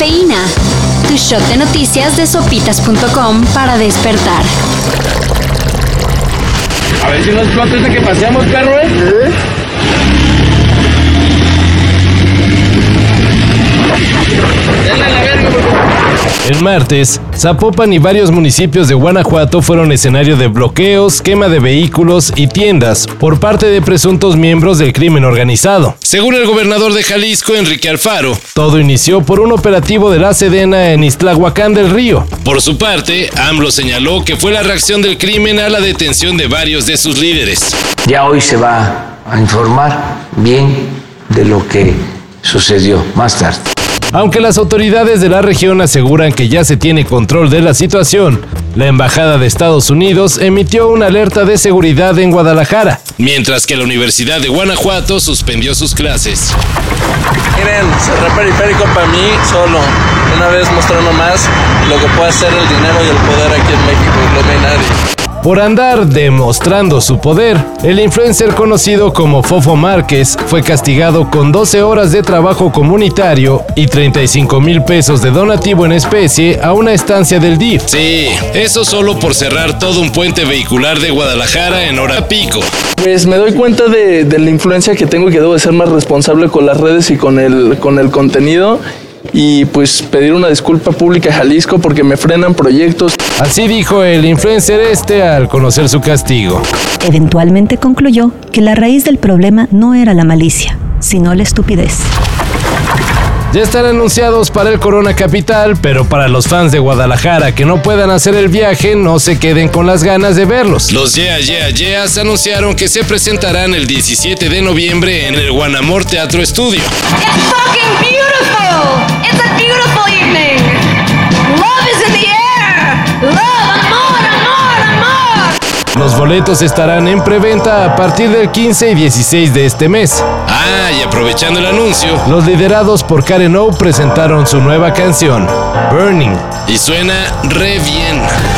Cafeína, tu shot de noticias de sopitas.com para despertar. A ver si nos contesta que paseamos, perro, Denle a la verga, por favor. El martes, Zapopan y varios municipios de Guanajuato fueron escenario de bloqueos, quema de vehículos y tiendas por parte de presuntos miembros del crimen organizado. Según el gobernador de Jalisco, Enrique Alfaro, todo inició por un operativo de la Sedena en Ixtlahuacán del Río. Por su parte, AMLO señaló que fue la reacción del crimen a la detención de varios de sus líderes. Ya hoy se va a informar bien de lo que sucedió más tarde. Aunque las autoridades de la región aseguran que ya se tiene control de la situación, la Embajada de Estados Unidos emitió una alerta de seguridad en Guadalajara, mientras que la Universidad de Guanajuato suspendió sus clases. Miren, cerrar periférico para mí solo, una vez mostrando más lo que puede hacer el dinero y el poder aquí en México, no hay nadie. Por andar demostrando su poder, el influencer conocido como Fofo Márquez fue castigado con 12 horas de trabajo comunitario y 35,000 pesos de donativo en especie a una estancia del DIF. Sí, eso solo por cerrar todo un puente vehicular de Guadalajara en hora pico. Pues me doy cuenta de la influencia que tengo y que debo de ser más responsable con las redes y con el contenido. Y pues pedir una disculpa pública a Jalisco porque me frenan proyectos. Así dijo el influencer al conocer su castigo. Eventualmente concluyó que la raíz del problema no era la malicia, sino la estupidez. Ya están anunciados para el Corona Capital, pero para los fans de Guadalajara que no puedan hacer el viaje, no se queden con las ganas de verlos. Los Yeah Yeah Yeahs anunciaron que se presentarán el 17 de noviembre en el Guanamor Teatro Estudio. It's fucking beautiful! It's a beautiful evening! Love is in the air! Love, amor, amor, amor! Los boletos estarán en preventa a partir del 15 y 16 de este mes. Ah, y aprovechando el anuncio, los liderados por Karen O presentaron su nueva canción, Burning, y suena re bien.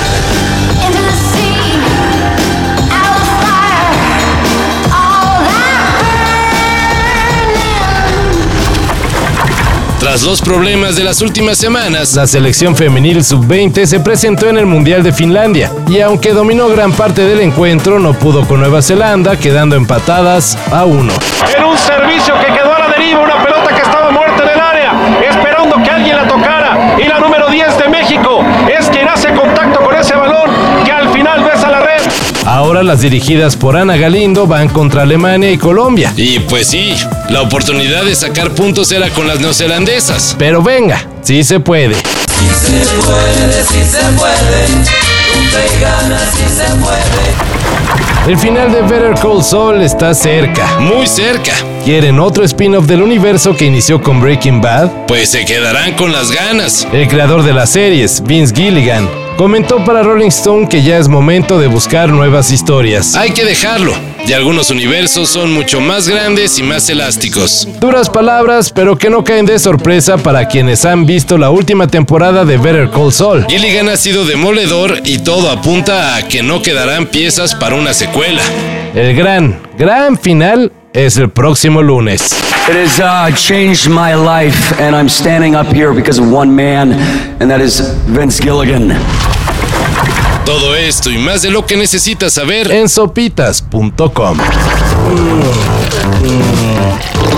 Tras los problemas de las últimas semanas, la selección femenil sub-20 se presentó en el Mundial de Finlandia y aunque dominó gran parte del encuentro, no pudo con Nueva Zelanda, quedando empatadas a 1. En un servicio que quedó a la deriva, una pelota que estaba muerta en el área, esperando que alguien la tocara, y la número 10 de México es quien hace contacto con ese balón que al final besa la red. Ahora las dirigidas por Ana Galindo van contra Alemania y Colombia. Y pues sí, la oportunidad de sacar puntos era con las neozelandesas. Pero venga, sí se puede. Sí se puede, sí se puede. Tú te ganas, sí se puede. El final de Better Call Saul está cerca, muy cerca. ¿Quieren otro spin-off del universo que inició con Breaking Bad? Pues se quedarán con las ganas. El creador de las series, Vince Gilligan, comentó para Rolling Stone que ya es momento de buscar nuevas historias. Hay que dejarlo. Y algunos universos son mucho más grandes y más elásticos. Duras palabras, pero que no caen de sorpresa para quienes han visto la última temporada de Better Call Saul. Gilligan ha sido demoledor y todo apunta a que no quedarán piezas para una secuela. El gran final es el próximo lunes. It has changed my life, and I'm standing up here because of one man, and that is Vince Gilligan. Todo esto y más de lo que necesitas saber en sopitas.com.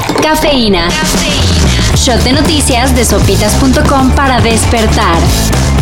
Cafeína. Shot de noticias de sopitas.com para despertar.